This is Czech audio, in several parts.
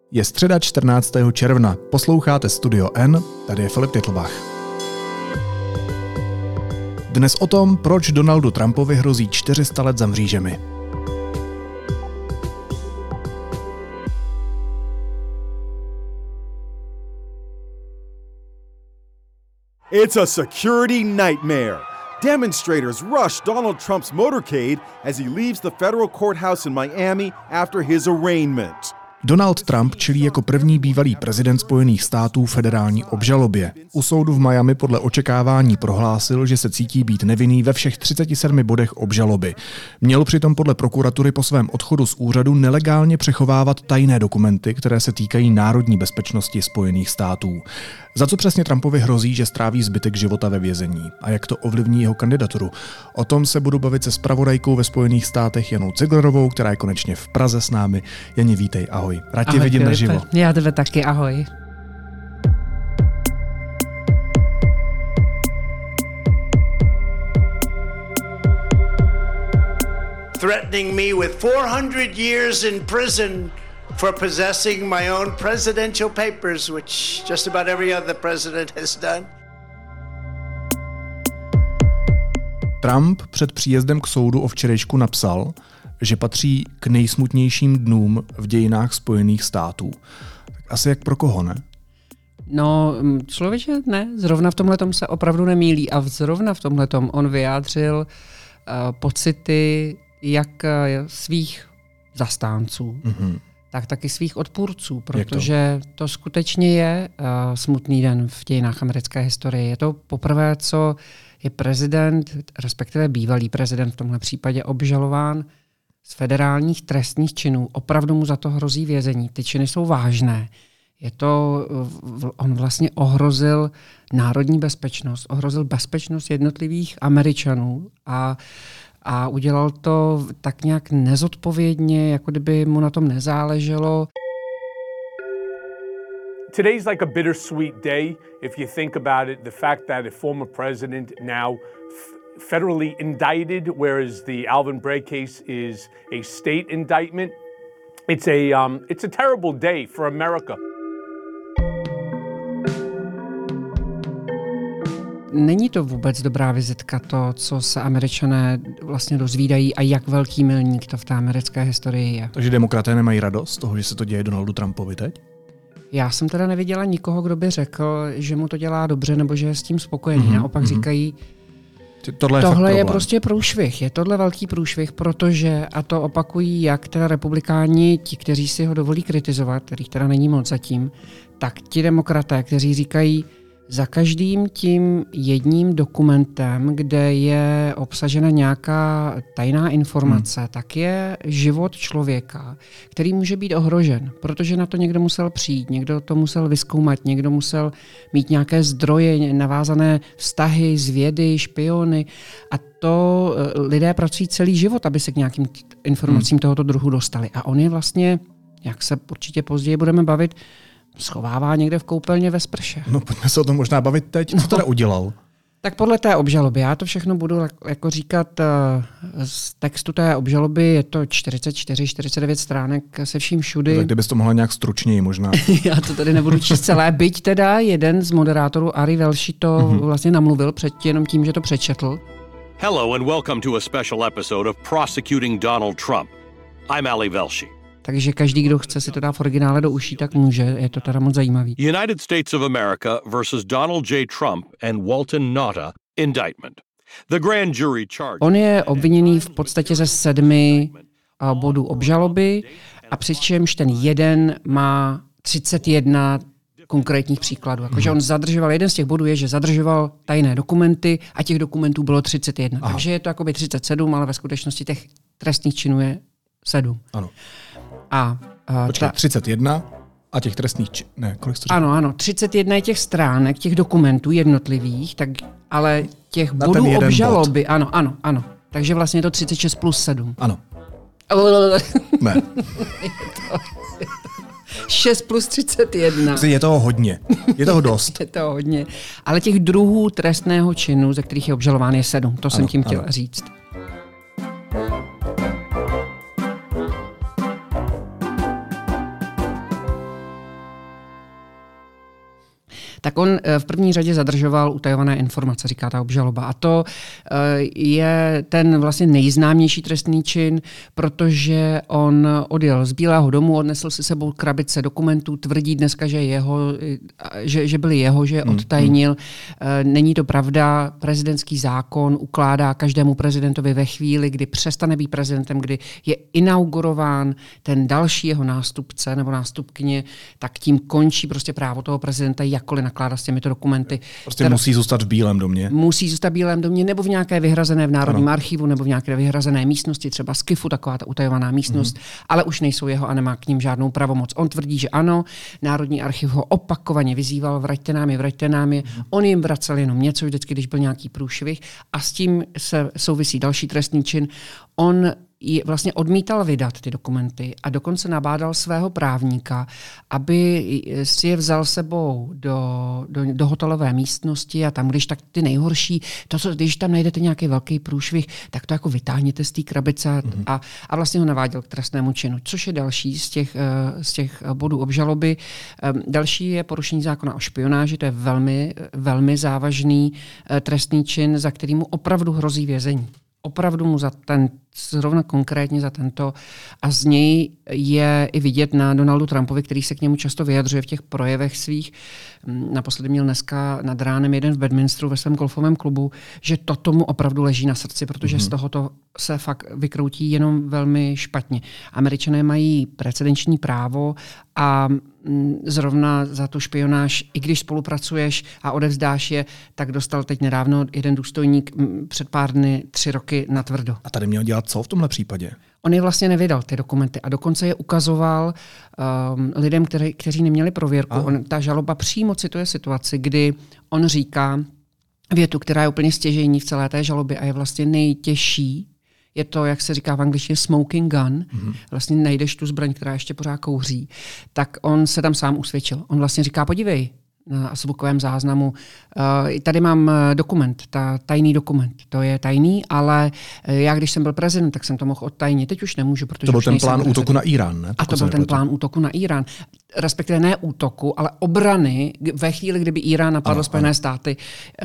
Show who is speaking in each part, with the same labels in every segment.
Speaker 1: Je středa 14. června, posloucháte Studio N, tady je Filip Titlbach. Dnes o tom, proč Donaldu Trumpovi hrozí 400 let za mřížemi.
Speaker 2: It's a security nightmare. Demonstrators rush Donald Trump's motorcade as he leaves the federal courthouse in Miami after his arraignment.
Speaker 1: Donald Trump čelí jako první bývalý prezident Spojených států federální obžalobě. U soudu v Miami podle očekávání prohlásil, že se cítí být nevinný ve všech 37 bodech obžaloby. Měl přitom podle prokuratury po svém odchodu z úřadu nelegálně přechovávat tajné dokumenty, které se týkají národní bezpečnosti Spojených států. Za co přesně Trumpovi hrozí, že stráví zbytek života ve vězení a jak to ovlivní jeho kandidaturu? O tom se budu bavit se zpravodajkou ve Spojených státech Janou Ceglerovou, která je konečně v Praze s námi. Jani, vítej, ahoj. Rád tě vidím naživo.
Speaker 3: Já tebe taky, ahoj.
Speaker 4: Threatening me with 400 years in prison for possessing my own presidential papers, which just about every other president has done.
Speaker 1: Trump před příjezdem k soudu o včerejšku napsal, že patří k nejsmutnějším dnům v dějinách Spojených států. Tak asi jak pro koho, ne?
Speaker 3: No, člověče, ne. Zrovna v tomhletom se opravdu nemýlí. A zrovna v tomhletom on vyjádřil pocity jak svých zastánců, tak taky svých odpůrců, protože to skutečně je smutný den v dějinách americké historie. Je to poprvé, co je prezident, respektive bývalý prezident v tomhle případě obžalován z federálních trestních činů. Opravdu mu za to hrozí vězení. Ty činy jsou vážné. On vlastně ohrozil národní bezpečnost, ohrozil bezpečnost jednotlivých Američanů a udělal to tak nějak nezodpovědně, jako kdyby mu na tom nezáleželo.
Speaker 5: Today's like a bittersweet day if you think about it. The fact that a former president now federally indicted, whereas the Alvin Bragg case is a state indictment. It's a terrible day for America.
Speaker 3: Není to vůbec dobrá vizitka to, co se Američané vlastně dozvídají a jak velký milník to v té americké historii je.
Speaker 1: Takže demokraté nemají radost z toho, že se to děje Donaldu Trumpovi teď?
Speaker 3: Já jsem teda neviděla nikoho, kdo by řekl, že mu to dělá dobře nebo že je s tím spokojený. Naopak říkají, tohle je prostě průšvih. Je tohle velký průšvih, protože, a to opakují jak teda republikáni, ti, kteří si ho dovolí kritizovat, kterých teda není moc zatím, tak ti demokraté, kteří říkají, za každým tím jedním dokumentem, kde je obsažena nějaká tajná informace, tak je život člověka, který může být ohrožen, protože na to někdo musel přijít, někdo to musel vyzkoumat, někdo musel mít nějaké zdroje, navázané vztahy z vědy, špiony a to lidé pracují celý život, aby se k nějakým informacím tohoto druhu dostali. A on je vlastně, jak se určitě později budeme bavit, schovává někde v koupelně ve sprše. No,
Speaker 1: pojďme se o tom možná bavit teď. Co teda udělal?
Speaker 3: Tak podle té obžaloby, já to všechno budu jako říkat z textu té obžaloby, je to 44-49 stránek se vším všudy.
Speaker 1: Tak kdybys to mohla nějak stručněji možná.
Speaker 3: Já to tady nebudu číst celé, byť teda jeden z moderátorů, Ari Velshi, to vlastně namluvil jenom tím, že to přečetl.
Speaker 6: Hello and welcome to a special episode of Prosecuting Donald Trump. I'm Ali Velshi.
Speaker 3: Takže každý, kdo chce si to dát v originále do uší, tak může. Je to teda moc zajímavý.
Speaker 6: United States of America versus Donald J. Trump and Walton Nauta indictment. The grand jury charged.
Speaker 3: On je obviněný v podstatě ze 7 bodů obžaloby a přičemž ten jeden má 31 konkrétních příkladů. Jakože on zadržoval, jeden z těch bodů je, že zadržoval tajné dokumenty a těch dokumentů bylo 31. Aha. Takže je to jakoby 37, ale ve skutečnosti těch trestných činů je 7.
Speaker 1: Ano.
Speaker 3: Počkej,
Speaker 1: 31 a těch trestných ne, kolik jsi to
Speaker 3: říkal? Ano, 31 je těch stránek, těch dokumentů jednotlivých, tak, ale těch bodů obžaloby, bod. Ano. Takže vlastně je to 36 plus 7.
Speaker 1: Ano. Ne.
Speaker 3: 6 plus 31.
Speaker 1: Je toho hodně. Je toho dost.
Speaker 3: Je toho hodně. Ale těch druhů trestného činu, ze kterých je obžalován, je 7. To jsem tím chtěla říct. tak on v první řadě zadržoval utajované informace, říká ta obžaloba. A to je ten vlastně nejznámější trestný čin, protože on odjel z Bílého domu, odnesl si sebou krabice dokumentů, tvrdí dneska, že byly jeho, že je odtajnil. Není to pravda. Prezidentský zákon ukládá každému prezidentovi ve chvíli, kdy přestane být prezidentem, kdy je inaugurován ten další jeho nástupce nebo nástupkyně, tak tím končí prostě právo toho prezidenta jakkoliv nakládat s těmito dokumenty.
Speaker 1: Prostě musí zůstat v Bílém domě.
Speaker 3: Musí zůstat v Bílém domě nebo v nějaké vyhrazené v Národním archivu nebo v nějaké vyhrazené místnosti, třeba Skifu, taková ta utajovaná místnost, ale už nejsou jeho a nemá k ním žádnou pravomoc. On tvrdí, že ano, Národní archiv ho opakovaně vyzýval, vraťte nám je. On jim vracel jenom něco vždycky, když byl nějaký průšvih a s tím se souvisí další trestný čin. On vlastně odmítal vydat ty dokumenty a dokonce nabádal svého právníka, aby si je vzal sebou do hotelové místnosti a tam, když tak ty nejhorší, když tam najdete nějaký velký průšvih, tak to jako vytáhněte z té krabice a vlastně ho naváděl k trestnému činu, což je další z těch bodů obžaloby. Další je porušení zákona o špionáži, to je velmi, velmi závažný trestný čin, za který mu opravdu hrozí vězení. Opravdu mu zrovna konkrétně za tento a z něj je i vidět na Donaldu Trumpovi, který se k němu často vyjadřuje v těch projevech svých. Naposledy měl dneska nad ránem jeden v Bedminsteru ve svém golfovém klubu, že to tomu opravdu leží na srdci, protože z tohoto se fakt vykroutí jenom velmi špatně. Američané mají precedenční právo a zrovna za tu špionáž, i když spolupracuješ a odevzdáš je, tak dostal teď nedávno jeden důstojník před pár dny 3 roky natvrdo.
Speaker 1: A tady měl dělat co v tomhle případě?
Speaker 3: On je vlastně nevydal, ty dokumenty, a dokonce je ukazoval lidem, kteří neměli prověrku. Ta žaloba přímo cituje situaci, kdy on říká větu, která je úplně stěžejní v celé té žalobě a je vlastně nejtěžší. Je to, jak se říká v angličtině, smoking gun. Vlastně najdeš tu zbraň, která ještě pořád kouří. Tak on se tam sám usvědčil. On vlastně říká, podívej, na zvukovém záznamu, tady mám dokument, tajný dokument. To je tajný, ale já, když jsem byl prezident, tak jsem to mohl odtajnit. Teď už nemůžu, protože
Speaker 1: to byl ten plán útoku na Irán, ne?
Speaker 3: A to byl ten plán útoku na Irán. Respektive ne útoku, ale obrany ve chvíli, kdyby Irán napadl Spojené státy,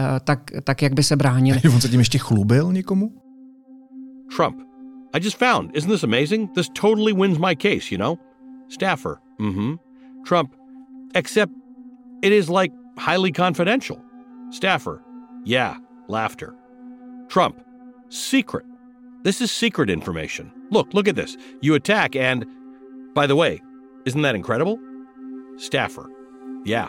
Speaker 3: tak jak by se bránili.
Speaker 1: On se tím ještě chlubil někomu?
Speaker 6: Trump. I just found. Isn't this amazing? This totally wins my case, you know? Staffer. Trump. Except it is like highly confidential. Staffer. Yeah. Laughter. Trump. Secret. This is secret information. Look at this. You attack and, by the way, isn't that incredible? Staffer. Yeah.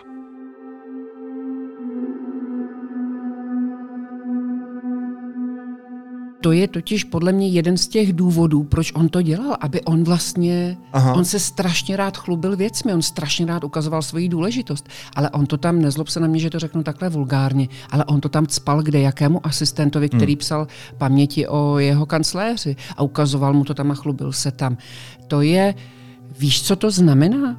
Speaker 3: To je totiž podle mě jeden z těch důvodů, proč on to dělal, aby on vlastně, on se strašně rád chlubil věcmi, on strašně rád ukazoval svoji důležitost, ale on to tam, nezlob se na mě, že to řeknu takhle vulgárně, ale on to tam cpal kde jakému asistentovi, který psal paměti o jeho kancléři a ukazoval mu to tam a chlubil se tam. To je, víš, co to znamená?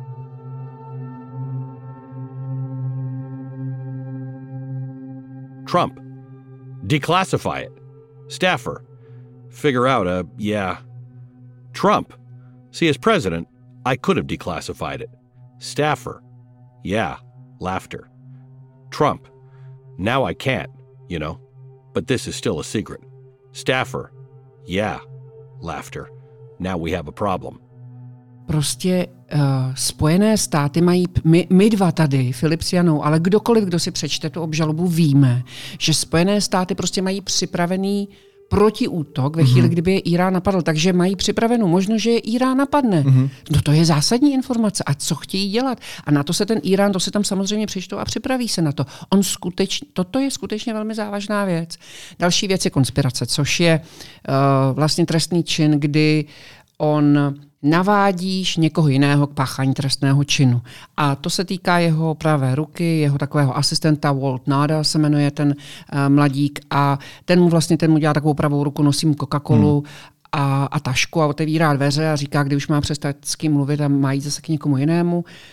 Speaker 6: Trump. Declassify it. Staffer. Figure out yeah. Trump. See, as president, I could have declassified it. Staffer. Yeah. Laughter. Trump. Now I can't, you know. But this is still a secret. Staffer. Yeah. Laughter. Now we have a problem.
Speaker 3: Prostě Spojené státy mají, my dva tady, Filip s Janou, ale kdokoliv, kdo si přečte tu obžalobu, víme, že Spojené státy prostě mají připravený protiútok ve chvíli, kdyby je Irán napadl. Takže mají připravenou možnost, že je Irán napadne. No to je zásadní informace. A co chtějí dělat? A na to se ten Irán, to si tam samozřejmě přečtou a připraví se na to. Toto je skutečně velmi závažná věc. Další věc je konspirace, což je vlastně trestný čin, kdy on navádíš někoho jiného k páchání trestného činu. A to se týká jeho pravé ruky, jeho takového asistenta, Walt Nada se jmenuje ten mladík, a ten mu dělá takovou pravou ruku, nosí mu Coca-Colu a tašku a otevírá dveře a říká, kdy už má přestat s kým mluvit a má jít zase k někomu jinému.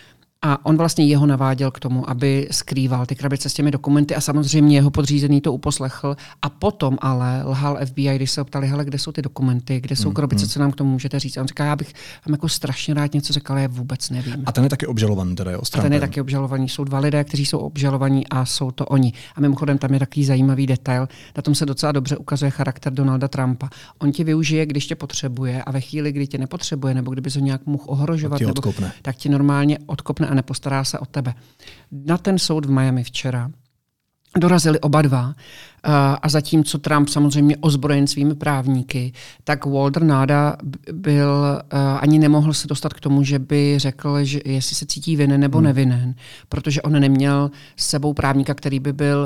Speaker 3: A on vlastně jeho naváděl k tomu, aby skrýval ty krabice s těmi dokumenty a samozřejmě jeho podřízený to uposlechl. A potom ale lhal FBI, když se optali, hele, kde jsou ty dokumenty, kde jsou krabice, co nám k tomu můžete říct. A on říká, já bych tam jako strašně rád něco řekl, ale já vůbec nevím.
Speaker 1: A ten je taky obžalovaný teda, jo?
Speaker 3: A ten je taky obžalovaný. Jsou 2 lidé, kteří jsou obžalovaní a jsou to oni. A mimochodem tam je takový zajímavý detail. Na tom se docela dobře ukazuje charakter Donalda Trumpa. On tě využije, když tě potřebuje a ve chvíli, kdy tě nepotřebuje, nebo kdyby se nějak mohl ohrožovat, tak ti normálně odkopne a nepostará se o tebe. Na ten soud v Miami včera dorazili oba dva a zatímco Trump samozřejmě ozbrojen svými právníky, tak Walter Nada byl, ani nemohl se dostat k tomu, že by řekl, že jestli se cítí vinen nebo nevinen, protože on neměl s sebou právníka, který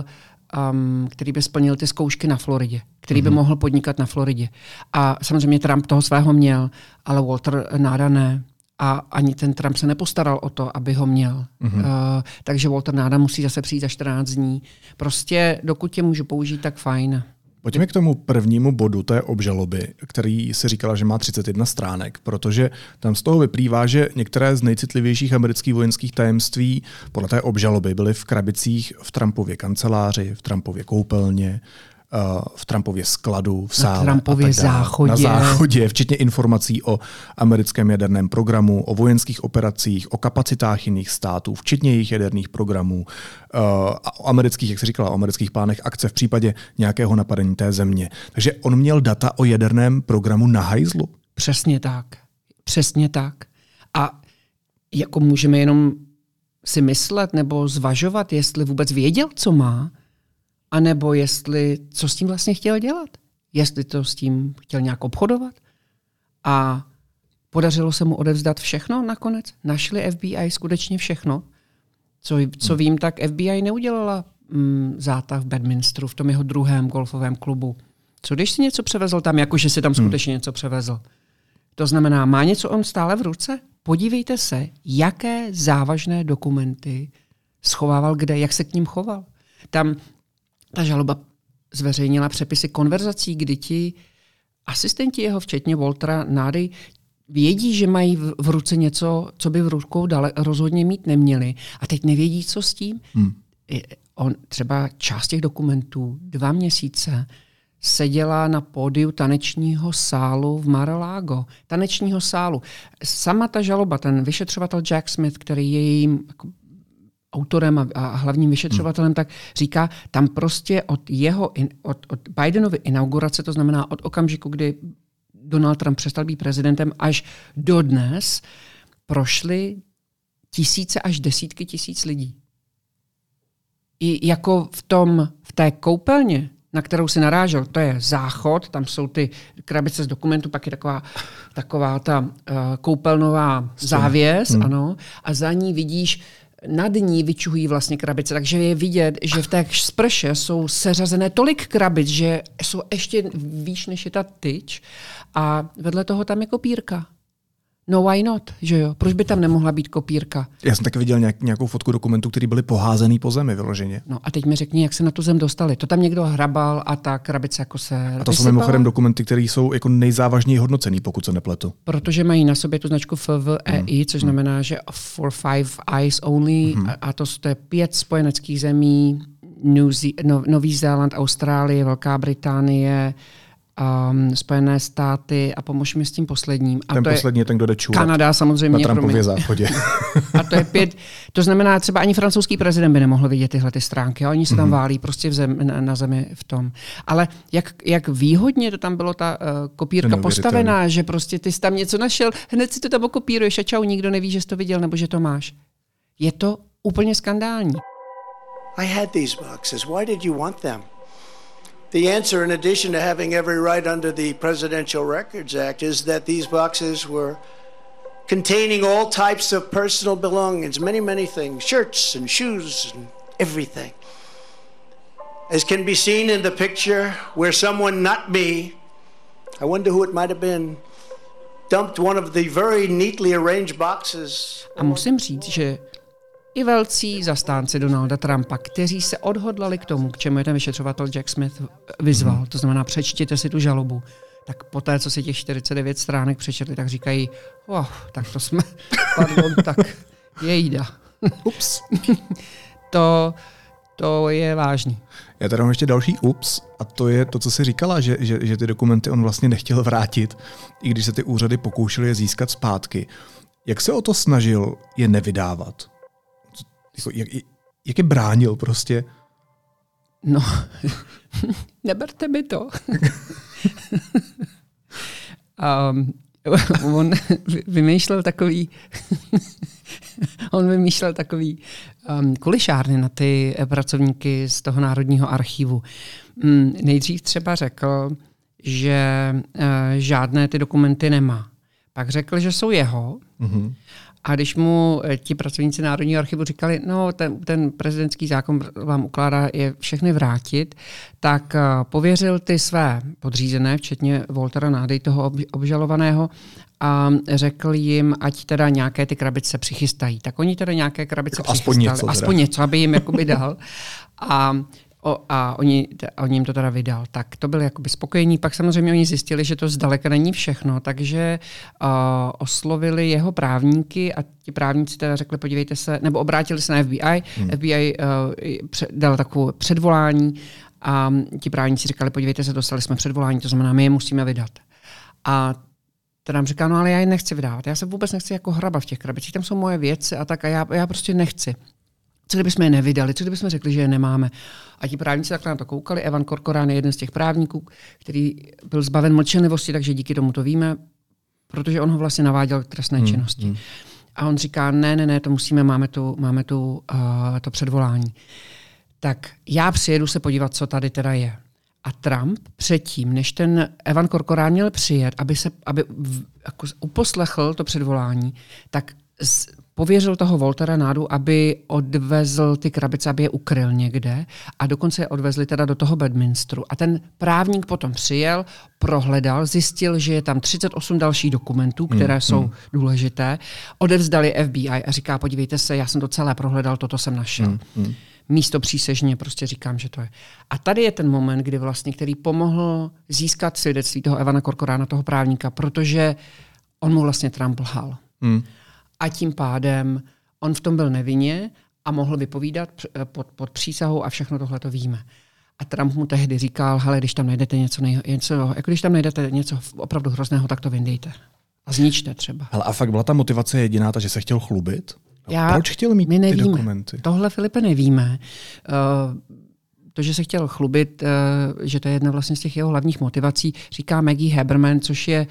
Speaker 3: by splnil ty zkoušky na Floridě, který by mohl podnikat na Floridě. A samozřejmě Trump toho svého měl, ale Walter Nada ne. A ani ten Trump se nepostaral o to, aby ho měl. Takže Walter Nada musí zase přijít za 14 dní. Prostě dokud tě můžu použít, tak fajn.
Speaker 1: Pojďme k tomu prvnímu bodu té obžaloby, který si říkala, že má 31 stránek, protože tam z toho vyplývá, že některé z nejcitlivějších amerických vojenských tajemství podle té obžaloby byly v krabicích v Trumpově kanceláři, v Trumpově koupelně, v Trumpově skladu, v sále.
Speaker 3: Na Trumpově záchodě.
Speaker 1: Na záchodě, včetně informací o americkém jaderném programu, o vojenských operacích, o kapacitách jiných států, včetně jejich jaderných programů, o amerických, jak se říkala, o amerických plánech akce v případě nějakého napadení té země. Takže on měl data o jaderném programu na hajzlu.
Speaker 3: Přesně tak. Přesně tak. A jako můžeme jenom si myslet nebo zvažovat, jestli vůbec věděl, co má, anebo co s tím vlastně chtěl dělat. Jestli to s tím chtěl nějak obchodovat. A podařilo se mu odevzdat všechno nakonec. Našli FBI skutečně všechno. Co vím, tak FBI neudělala zátah v Bedminsteru, v tom jeho druhém golfovém klubu. Co když si něco převezl tam, jakože si tam skutečně něco převezl? To znamená, má něco on stále v ruce? Podívejte se, jaké závažné dokumenty schovával kde, jak se k ním choval. Tam ta žaloba zveřejnila přepisy konverzací, kdy ti asistenti jeho, včetně Waltera Nady, vědí, že mají v ruce něco, co by v rukou rozhodně mít neměli. A teď nevědí, co s tím. On třeba část těch dokumentů 2 měsíce seděla na pódiu tanečního sálu v Mar-a-Lago. Tanečního sálu. Sama ta žaloba, ten vyšetřovatel Jack Smith, který je jejím autorem a hlavním vyšetřovatelem, tak říká, tam prostě od Bidenovy inaugurace, to znamená od okamžiku, kdy Donald Trump přestal být prezidentem, až do dnes prošly tisíce až desítky tisíc lidí. I jako v té koupelně, na kterou si narážel, to je záchod, tam jsou ty krabice z dokumentů, pak je taková ta koupelnová závěs, ano, a za ní vidíš, nad ní vyčuhují vlastně krabice, takže je vidět, že v té sprše jsou seřazené tolik krabic, že jsou ještě výš než je ta tyč a vedle toho tam je kopírka. No why not, že jo? Proč by tam nemohla být kopírka?
Speaker 1: Já jsem taky viděl nějakou fotku dokumentů, který byly poházený po zemi vyloženě.
Speaker 3: No a teď mi řekni, jak se na tu zem dostali. To tam někdo hrabal a ta krabice jako se
Speaker 1: A to jsou mimochodem dokumenty, které jsou jako nejzávažněji hodnocený, pokud se nepletu.
Speaker 3: Protože mají na sobě tu značku FVEI, což znamená, že for 5 eyes only, a to je 5 spojeneckých zemí, Nový Zéland, Austrálie, Velká Británie, Spojené státy a pomož mi s tím posledním. A
Speaker 1: ten poslední je ten, kdo jde čůrat.
Speaker 3: Kanada samozřejmě.
Speaker 1: Na Trumpově záchodě.
Speaker 3: A to je 5. To znamená, třeba ani francouzský prezident by nemohl vidět tyhle ty stránky. Oni se tam válí prostě na zemi v tom. Ale jak výhodně to tam bylo ta kopírka postavená, že prostě ty jsi tam něco našel, hned si to tam okopíruješ a čau, nikdo neví, že jsi to viděl nebo že to máš. Je to úplně skandální.
Speaker 4: I had these boxes. Why did you want them? The answer, in addition to having every right under the Presidential Records Act, is that these boxes were containing all types of personal belongings, many things, shirts and shoes and everything. As can be seen in the picture where someone, not me, I wonder who it might have been, dumped one of the very neatly arranged boxes.
Speaker 3: A musím říct, že i velcí zastánci Donalda Trumpa, kteří se odhodlali k tomu, k čemu je ten vyšetřovatel Jack Smith vyzval, to znamená přečtěte si tu žalobu, tak poté, co si těch 49 stránek přečetli, tak říkají, tak to jsme, pardon, tak jejda.
Speaker 1: Ups.
Speaker 3: To je vážný.
Speaker 1: Já tady mám ještě další ups, a to je to, co jsi říkala, že ty dokumenty on vlastně nechtěl vrátit, i když se ty úřady pokoušely je získat zpátky. Jak se o to snažil je nevydávat? Jak je bránil prostě?
Speaker 3: No, neberte mi to. On vymýšlel takový kulišárny na ty pracovníky z toho Národního archivu. Nejdřív třeba řekl, že žádné ty dokumenty nemá. Pak řekl, že jsou jeho. Mm-hmm. A když mu ti pracovníci Národního archivu říkali, no ten prezidentský zákon vám ukládá je všechny vrátit, tak pověřil ty své podřízené, včetně Waltera Nády, toho obžalovaného, a řekl jim, ať teda nějaké ty krabice přichystají. Tak oni teda nějaké krabice přichystali. Aspoň něco, aby jim jakoby dal. A oni jim to teda vydal. Tak to byli jakoby spokojení. Pak samozřejmě oni zjistili, že to zdaleka není všechno, takže oslovili jeho právníky a ti právníci teda řekli, podívejte se, nebo obrátili se na FBI. FBI dal takové předvolání a ti právníci říkali, podívejte se, dostali jsme předvolání, to znamená, my je musíme vydat. A teda nám říká, no ale já je nechci vydávat. Já se vůbec nechci jako hrabat v těch krabicích, tam jsou moje věci a tak a já prostě nechci. Co kdybychom je nevydali, co kdybychom řekli, že je nemáme. A ti právníci takhle na to koukali. Evan Corcoran je jeden z těch právníků, který byl zbaven mlčenlivosti, takže díky tomu to víme, protože on ho vlastně naváděl k trestné činnosti. A on říká, ne, to musíme, máme tu to předvolání. Tak já přijedu se podívat, co tady teda je. A Trump předtím, než ten Evan Corcoran měl přijet, aby jako uposlechl to předvolání, tak pověřil toho Waltera Nádu, aby odvezl ty krabice, aby je ukryl někde a dokonce je odvezli teda do toho Bedminsteru. A ten právník potom přijel, prohledal, zjistil, že je tam 38 dalších dokumentů, které jsou důležité, odevzdali FBI a říká, podívejte se, já jsem to celé prohledal, toto jsem našel. Místo přísežně prostě říkám, že to je. A tady je ten moment, kdy vlastně, který pomohl získat svědectví toho Evana Corcorana, toho právníka, protože on mu vlastně Trump lhal. A tím pádem on v tom byl nevinně a mohl vypovídat pod přísahou a všechno tohle to víme. A Trump mu tehdy říkal, hele, když tam najdete když tam najdete něco opravdu hrozného, tak to vyndejte. A zničte třeba.
Speaker 1: Hele, a fakt byla ta motivace jediná, že se chtěl chlubit? Proč chtěl mít ty dokumenty?
Speaker 3: Tohle, Filipe, nevíme. To, že se chtěl chlubit, že to je jedna vlastně z těch jeho hlavních motivací, říká Maggie Haberman, což je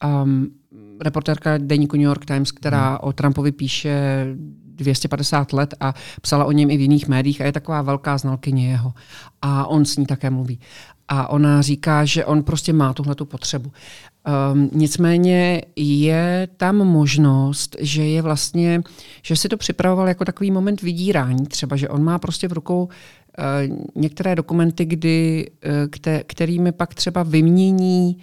Speaker 3: reportérka deníku New York Times, která o Trumpovi píše 250 let a psala o něm i v jiných médiích a je taková velká znalkyně jeho. A on s ní také mluví. A ona říká, že on prostě má tuhletu potřebu. Nicméně je tam možnost, že je vlastně, že si to připravoval jako takový moment vydírání, třeba, že on má prostě v rukou některé dokumenty, kterými pak třeba vymění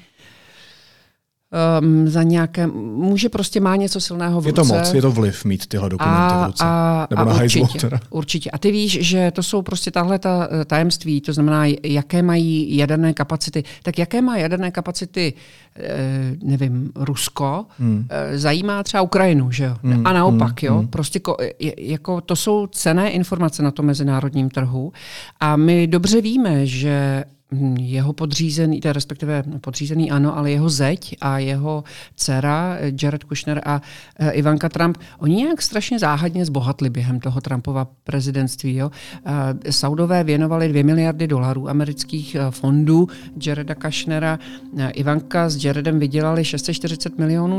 Speaker 3: za nějaké, má něco silného v ruce.
Speaker 1: Je to moc, je to vliv mít tyhle dokumenty v ruce. Nebo na
Speaker 3: určitě. A ty víš, že to jsou prostě tahle tajemství, to znamená, jaké mají jaderné kapacity. Tak jaké má jaderné kapacity, nevím, Rusko, zajímá třeba Ukrajinu, že jo? A naopak, jo? Prostě jako to jsou cenné informace na tom mezinárodním trhu a my dobře víme, že jeho podřízený, respektive podřízený ano, ale jeho zeď a jeho dcera Jared Kushner a Ivanka Trump, oni nějak strašně záhadně zbohatli během toho Trumpova prezidentství. Jo? Saudové věnovali $2 miliardy amerických fondů Jareda Kushnera. Ivanka s Jaredem vydělali $640 milionů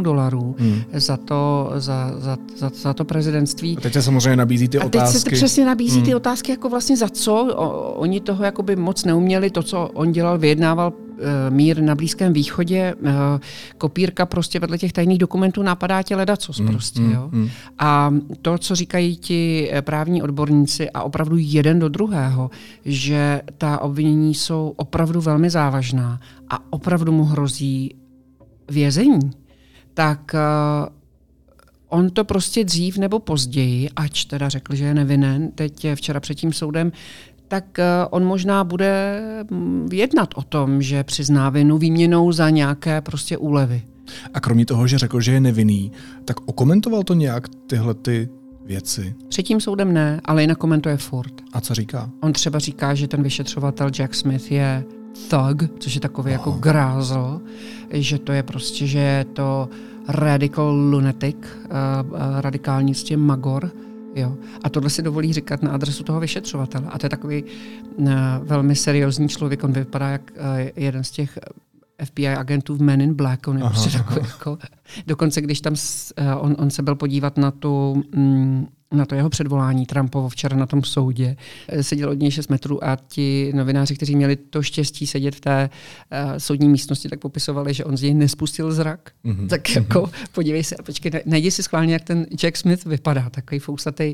Speaker 3: za to prezidentství.
Speaker 1: A teď se samozřejmě nabízí ty otázky.
Speaker 3: A teď se přesně nabízí ty otázky, jako vlastně za co. Oni toho jakoby moc neuměli, to, co on dělal, vyjednával mír na Blízkém východě, kopírka prostě vedle těch tajných dokumentů napadá tě ledacos prostě. Jo? A to, co říkají ti právní odborníci a opravdu jeden do druhého, že ta obvinění jsou opravdu velmi závažná a opravdu mu hrozí vězení, tak on to prostě dřív nebo později, ač teda řekl, že je nevinen, teď včera před tím soudem, tak on možná bude jednat o tom, že přizná vinu výměnou za nějaké prostě úlevy.
Speaker 1: A kromě toho, že řekl, že je nevinný, tak okomentoval to nějak tyhle ty věci.
Speaker 3: Před tím soudem ne, ale jinak komentuje furt.
Speaker 1: A co říká?
Speaker 3: On třeba říká, že ten vyšetřovatel Jack Smith je thug, což je takový jako grázl, že to je prostě, že je to radical lunatic, radikální prostě magor. Jo. A tohle si dovolí říkat na adresu toho vyšetřovatele. A to je takový velmi seriózní člověk. On vypadá jak jeden z těch FBI agentů v Men in Black. On je prostě takový jako... Dokonce, když tam on se byl podívat na to jeho předvolání Trumpovo včera na tom soudě, seděl od něj 6 metrů a ti novináři, kteří měli to štěstí sedět v té soudní místnosti, tak popisovali, že on z něj nespustil zrak. Tak jako podívej se a počkej, najdi si schválně, jak ten Jack Smith vypadá, takový fousatý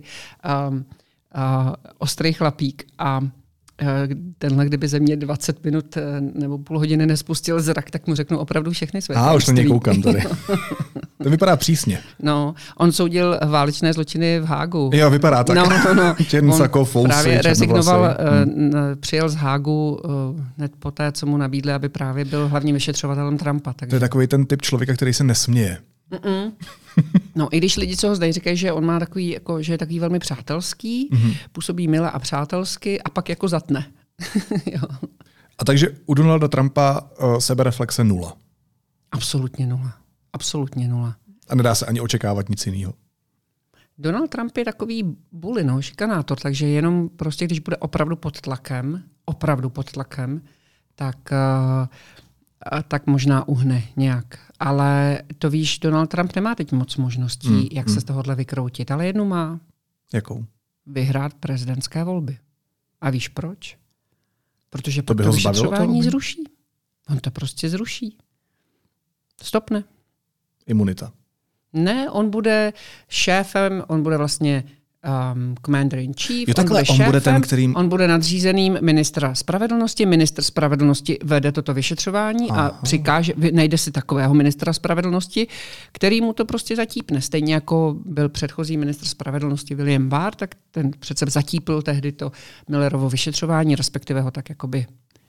Speaker 3: ostrý chlapík a tenhle, kdyby ze mě 20 minut nebo půl hodiny nespustil zrak, tak mu řeknu opravdu všechny své.
Speaker 1: Už na něj koukám tady. To vypadá přísně.
Speaker 3: No, on soudil válečné zločiny v Hágu.
Speaker 1: Jo, vypadá tak.
Speaker 3: No.
Speaker 1: Černsakov, Fousy,
Speaker 3: právě rezignoval, přijel z Hágu hned poté, co mu nabídli, aby právě byl hlavním vyšetřovatelem Trumpa. Takže...
Speaker 1: To je takový ten typ člověka, který se nesměje.
Speaker 3: No, i když lidi, co ho znají, říkají, že on má takový, jako, že je takový velmi přátelský, působí mile a přátelsky a pak jako zatne. Jo.
Speaker 1: A takže u Donalda Trumpa sebereflexe 0.
Speaker 3: Absolutně 0. Absolutně 0.
Speaker 1: A nedá se ani očekávat nic jiného.
Speaker 3: Donald Trump je takový bulino, šikanátor, takže jenom prostě, když bude opravdu pod tlakem, tak možná uhne nějak. Ale to víš, Donald Trump nemá teď moc možností, jak se z tohohle vykroutit, ale jednu má.
Speaker 1: Jakou?
Speaker 3: Vyhrát prezidentské volby. A víš proč? Protože to vyšetřování zruší. On to prostě zruší. Stopne.
Speaker 1: Imunita.
Speaker 3: Ne, on bude šéfem, on bude vlastně commander-in-chief, on bude nadřízeným ministra spravedlnosti. Ministr spravedlnosti vede toto vyšetřování a přikáže, najde si takového ministra spravedlnosti, který mu to prostě zatípne. Stejně jako byl předchozí ministr spravedlnosti William Barr, tak ten přece zatípl tehdy to Millerovo vyšetřování, respektive ho tak jakoby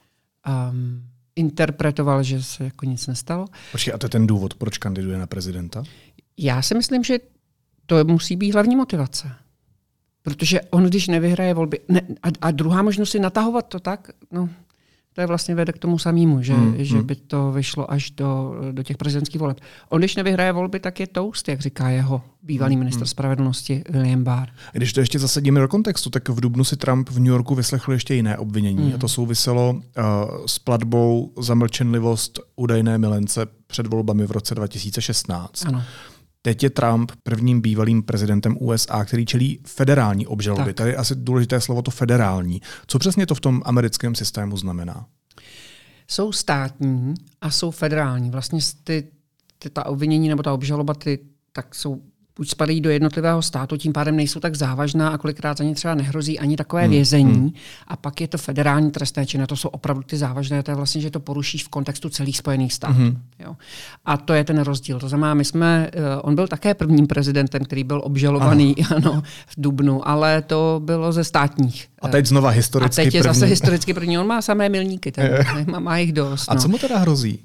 Speaker 3: interpretoval, že se jako nic nestalo.
Speaker 1: Počkej, a to je ten důvod, proč kandiduje na prezidenta?
Speaker 3: Já si myslím, že to musí být hlavní motivace. Protože on, když nevyhraje volby, a druhá možnost je natahovat to tak, no, to je vlastně vede k tomu samému, že by to vyšlo až do těch prezidentských voleb. On, když nevyhraje volby, tak je toast, jak říká jeho bývalý ministr spravedlnosti William Barr.
Speaker 1: Když to ještě zasadíme do kontextu, tak v dubnu si Trump v New Yorku vyslechl ještě jiné obvinění. A to souviselo s platbou za mlčenlivost údajné milence před volbami v roce 2016.
Speaker 3: Ano.
Speaker 1: Teď je Trump prvním bývalým prezidentem USA, který čelí federální obžalobě. Tady je asi důležité slovo to federální. Co přesně to v tom americkém systému znamená?
Speaker 3: Jsou státní a jsou federální. Vlastně ta obvinění nebo ta obžaloba tak jsou buď spadají do jednotlivého státu, tím pádem nejsou tak závažná a kolikrát za ně třeba nehrozí ani takové vězení. A pak je to federální trestné činy, to jsou opravdu ty závažné, to je vlastně, že to porušíš v kontextu celých Spojených států. Jo. A to je ten rozdíl. To znamená, on byl také prvním prezidentem, který byl obžalovaný v dubnu, ale to bylo ze státních.
Speaker 1: A teď znova historicky první.
Speaker 3: A teď je zase historicky první. On má samé milníky, má jich dost.
Speaker 1: A co mu teda hrozí?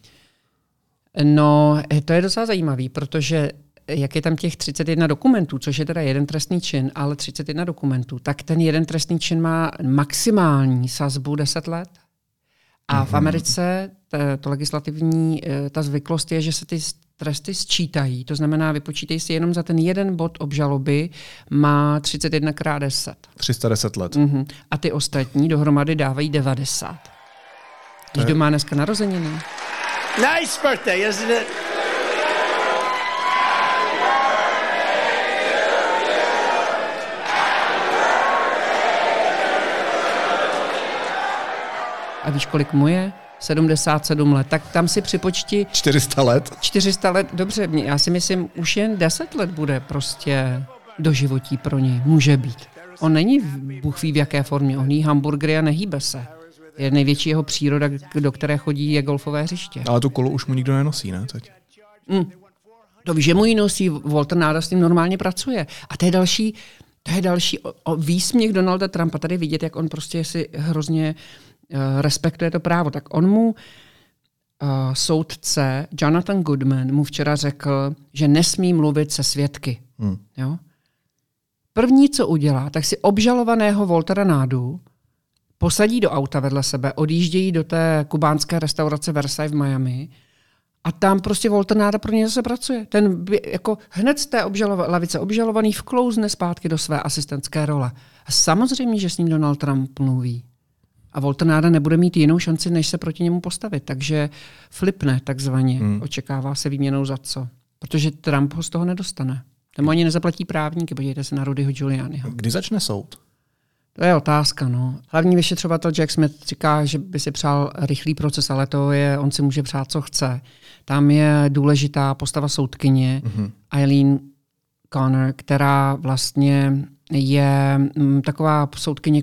Speaker 3: No, to je docela zajímavý, protože jak je tam těch 31 dokumentů, což je teda jeden trestný čin, ale 31 dokumentů, tak ten jeden trestný čin má maximální sazbu 10 let. A v Americe to legislativní, ta zvyklost je, že se ty tresty sčítají. To znamená, vypočítej si jenom za ten jeden bod obžaloby má 31x10.
Speaker 1: 310 let.
Speaker 3: A ty ostatní dohromady dávají 90. Když doma dneska narozeniny.
Speaker 4: Nice birthday, isn't it?
Speaker 3: A víš, kolik mu je? 77 let. Tak tam si připočti...
Speaker 1: 400 let?
Speaker 3: 400 let, dobře. Já si myslím, už jen 10 let bude prostě doživotí pro něj. Může být. On není Bůh ví v jaké formě. On jí hamburgery a nehýbe se. Je největší jeho příroda, do které chodí, je golfové hřiště.
Speaker 1: Ale tu kolu už mu nikdo nenosí, ne? Teď.
Speaker 3: To víš, že mu ji nosí. Walter Náda s tím normálně pracuje. A to je další výsměch Donalda Trumpa. Tady vidět, jak on prostě si hrozně respektuje to právo. Tak on mu soudce Jonathan Goodman mu včera řekl, že nesmí mluvit se svědky. Jo? První, co udělá, tak si obžalovaného Waltera Nádu posadí do auta vedle sebe, odjíždějí do té kubánské restaurace Versailles v Miami a tam prostě Walter Náda pro něj zase pracuje. Ten jako hned z té lavice obžalovaný vklouzne zpátky do své asistentské role. A samozřejmě, že s ním Donald Trump mluví. A Walter Náda nebude mít jinou šanci, než se proti němu postavit. Takže flipne takzvaně. Očekává se výměnou za co. Protože Trump ho z toho nedostane. Tam ani nezaplatí právníky, podívejte se na Rudyho Giulianiho.
Speaker 1: Kdy začne soud?
Speaker 3: To je otázka, no. Hlavní vyšetřovatel Jack Smith říká, že by si přál rychlý proces, ale on si může přát, co chce. Tam je důležitá postava soudkyně Eileen Connor, která vlastně je taková soudkyně,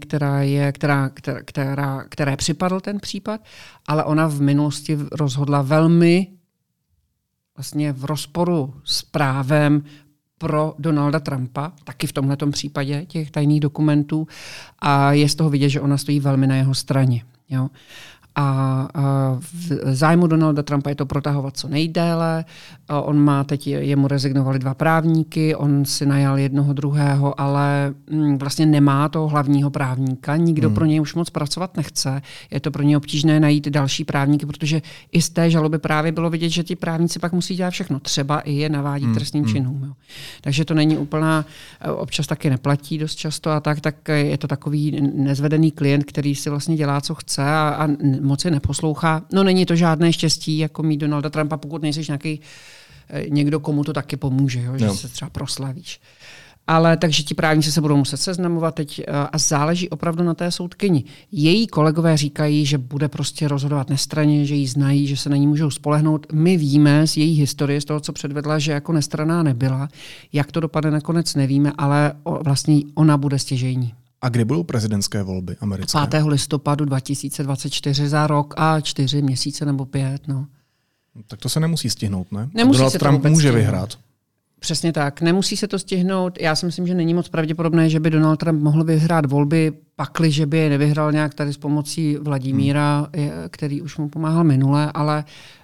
Speaker 3: které připadl ten případ, ale ona v minulosti rozhodla velmi vlastně v rozporu s právem pro Donalda Trumpa, taky v tomhletom případě těch tajných dokumentů, a je z toho vidět, že ona stojí velmi na jeho straně. Jo. A v zájmu Donalda Trumpa je to protahovat co nejdéle. On má teď, jemu rezignovali 2 právníky, on si najal jednoho druhého, ale vlastně nemá toho hlavního právníka. Nikdo pro něj už moc pracovat nechce. Je to pro něj obtížné najít další právníky, protože i z té žaloby právě bylo vidět, že ti právníci pak musí dělat všechno. Třeba i je navádí trestným činům. Jo. Takže to není úplná, občas taky neplatí dost často a tak je to takový nezvedený klient, který si vlastně dělá, co chce a moc je neposlouchá. No není to žádné štěstí, jako mít Donalda Trumpa, pokud nejseš nějaký někdo, komu to taky pomůže, jo? Že se třeba proslavíš. Ale takže ti právníci se budou muset seznamovat teď a záleží opravdu na té soudkyni. Její kolegové říkají, že bude prostě rozhodovat nestranně, že ji znají, že se na ní můžou spolehnout. My víme z její historie, z toho, co předvedla, že jako nestranná nebyla. Jak to dopadne nakonec nevíme, ale vlastně ona bude stěžejní.
Speaker 1: A kdy budou prezidentské volby americké?
Speaker 3: 5. listopadu 2024 za rok a 4 měsíce nebo 5. No.
Speaker 1: Tak to se nemusí stihnout, ne?
Speaker 3: Nemusí
Speaker 1: Donald
Speaker 3: se
Speaker 1: Trump může vyhrát.
Speaker 3: Přesně tak. Nemusí se to stihnout. Já si myslím, že není moc pravděpodobné, že by Donald Trump mohl vyhrát volby, pakli, že by je nevyhrál nějak tady s pomocí Vladimíra, který už mu pomáhal minule, ale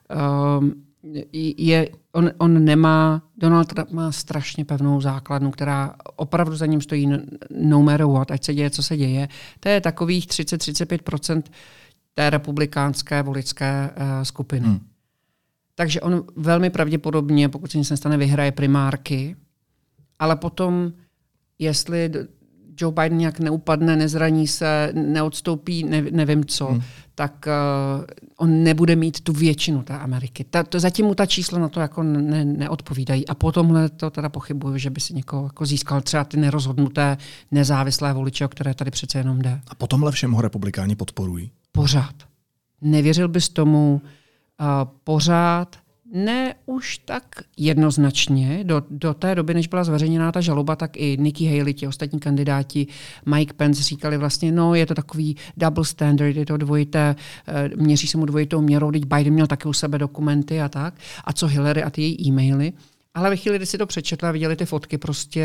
Speaker 3: on nemá, Donald Trump má strašně pevnou základnu, která opravdu za ním stojí no matter what, ať se děje, co se děje. To je takových 30-35% té republikánské voličské skupiny. Takže on velmi pravděpodobně, pokud se nic nestane, vyhraje primárky, ale potom, jestli Joe Biden nějak neupadne, nezraní se, neodstoupí, nevím co, tak on nebude mít tu většinu té Ameriky. Zatím mu ta čísla na to jako neodpovídají. A potom to teda pochybuju, že by si někoho jako získal třeba ty nerozhodnuté nezávislé voliče, o které tady přece jenom jde.
Speaker 1: A po tomhle všem ho republikáni podporují?
Speaker 3: Pořád. Nevěřil bys tomu pořád, ne už tak jednoznačně. Do té doby, než byla zveřejněná ta žaloba, tak i Nikki Haley, ti ostatní kandidáti, Mike Pence říkali vlastně, no je to takový double standard, je to dvojité, měří se mu dvojitou měrou, teď Biden měl taky u sebe dokumenty a tak. A co Hillary a ty její e-maily. Ale ve chvíli, kdy si to přečetla a viděli ty fotky prostě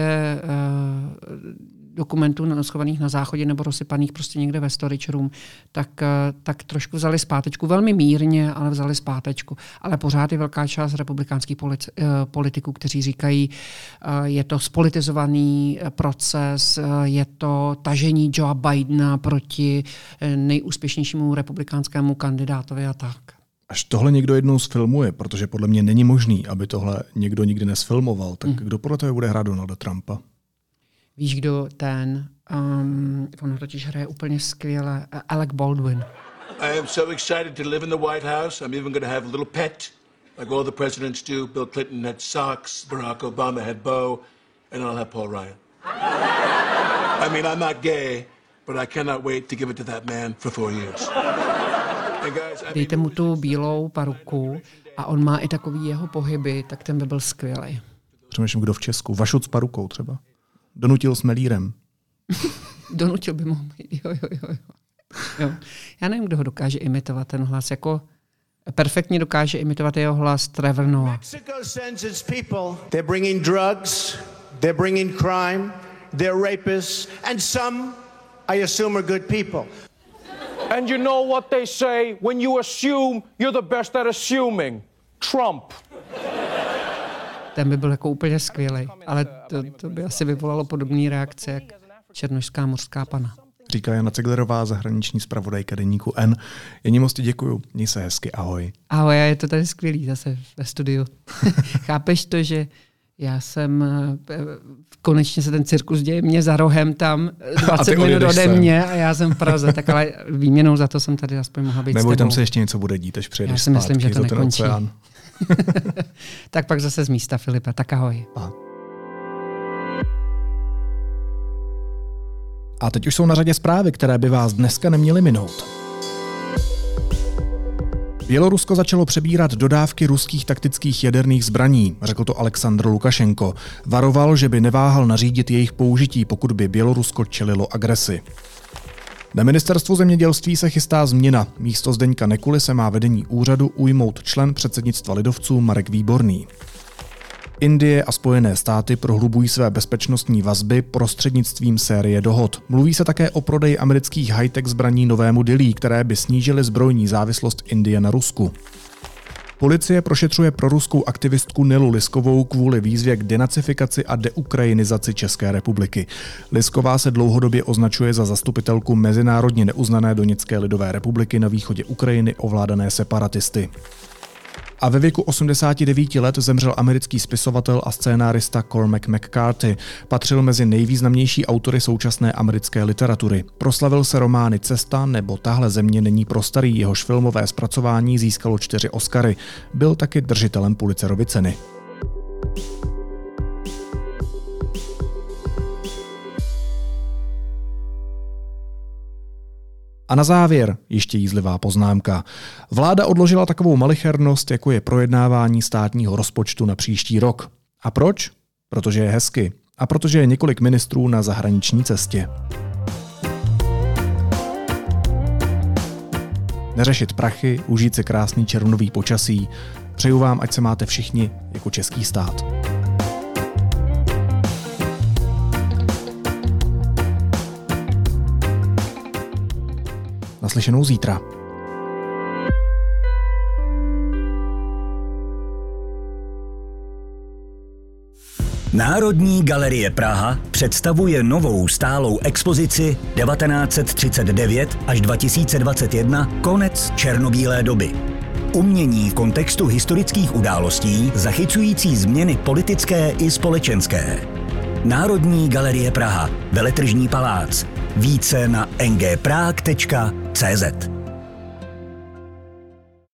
Speaker 3: dokumentů schovaných na záchodě nebo rozsypaných prostě někde ve storage room, tak trošku vzali zpátečku. Velmi mírně, ale vzali zpátečku. Ale pořád je velká část republikánských politiků, kteří říkají, je to spolitizovaný proces, je to tažení Joea Bidena proti nejúspěšnějšímu republikánskému kandidátovi a tak.
Speaker 1: Až tohle někdo jednou sfilmuje, protože podle mě není možný, aby tohle někdo nikdy nesfilmoval, tak kdo podle toho bude hrát Donalda Trumpa?
Speaker 3: Víš, kdo ten? On totiž hraje úplně skvěle. Alec Baldwin.
Speaker 7: I am so excited to live in the White House. I'm even going to have a little pet, like all the presidents do. Bill Clinton had socks, Barack Obama had Bo, and I'll have Paul Ryan. I mean, I'm not gay, but I cannot wait to give it to that man for 4 years.
Speaker 3: Dejte mu tu bílou paruku a on má i takový jeho pohyby, tak ten by byl skvělý.
Speaker 1: Přemýšlím, kdo v Česku. Vašut s parukou třeba. Donutil s Melírem.
Speaker 3: Donutil by mohl být, jo. Já nevím, kdo ho dokáže imitovat ten hlas. Jako perfektně dokáže imitovat jeho hlas Trevor Noah.
Speaker 4: Mexico sends its people. They're bringing drugs, they're bringing crime, they're rapists, and some, I assume, are good people.
Speaker 8: And you know what they say, when you assume, you're the best at assuming. Trump.
Speaker 3: ten by byl jako úplně skvělý, ale to by asi vyvolalo podobné reakce, jak černošská mořská pana.
Speaker 1: Říká Jana Ceglerová, zahraniční zpravodajka deníku N. Janí moc ti děkuju, měj se hezky, ahoj.
Speaker 3: Ahoj, je to tady skvělý zase ve studiu. Chápeš to, že já jsem, konečně se ten cirkus děje mě za rohem tam 20 minut ode mě a já jsem v Praze, tak ale výměnou za to jsem tady aspoň mohla být s tebou.
Speaker 1: Tam se ještě něco bude dít, až přijedeš zpátky.
Speaker 3: Já si myslím, že to nekončí. Tak pak zase z místa, Filipa, tak ahoj.
Speaker 1: Aha. A teď už jsou na řadě zprávy, které by vás dneska neměly minout. Bělorusko začalo přebírat dodávky ruských taktických jaderných zbraní, řekl to Alexandr Lukašenko. Varoval, že by neváhal nařídit jejich použití, pokud by Bělorusko čelilo agresi. Na ministerstvu zemědělství se chystá změna. Místo Zdeňka Nekuly se má vedení úřadu ujmout člen předsednictva lidovců Marek Výborný. Indie a Spojené státy prohlubují své bezpečnostní vazby prostřednictvím série dohod. Mluví se také o prodeji amerických high-tech zbraní novému Dillí, které by snížily zbrojní závislost Indie na Rusku. Policie prošetřuje proruskou aktivistku Nelu Liskovou kvůli výzvě k denacifikaci a deukrajinizaci České republiky. Lisková se dlouhodobě označuje za zastupitelku mezinárodně neuznané Doněcké lidové republiky na východě Ukrajiny ovládané separatisty. A ve věku 89 let zemřel americký spisovatel a scénárista Cormac McCarthy. Patřil mezi nejvýznamnější autory současné americké literatury. Proslavil se romány Cesta nebo Tahle země není pro starý, jehož filmové zpracování získalo 4 Oscary. Byl taky držitelem Pulitzerovy ceny. A na závěr ještě jízlivá poznámka. Vláda odložila takovou malichernost, jako je projednávání státního rozpočtu na příští rok. A proč? Protože je hezky. A protože je několik ministrů na zahraniční cestě. Neřešit prachy, užít si krásný červnový počasí. Přeju vám, ať se máte všichni jako český stát. Naslyšenou zítra.
Speaker 9: Národní galerie Praha představuje novou stálou expozici 1939 až 2021 Konec černobílé doby. Umění v kontextu historických událostí zachycující změny politické i společenské. Národní galerie Praha, Veletržní palác. Více na ngprag.cz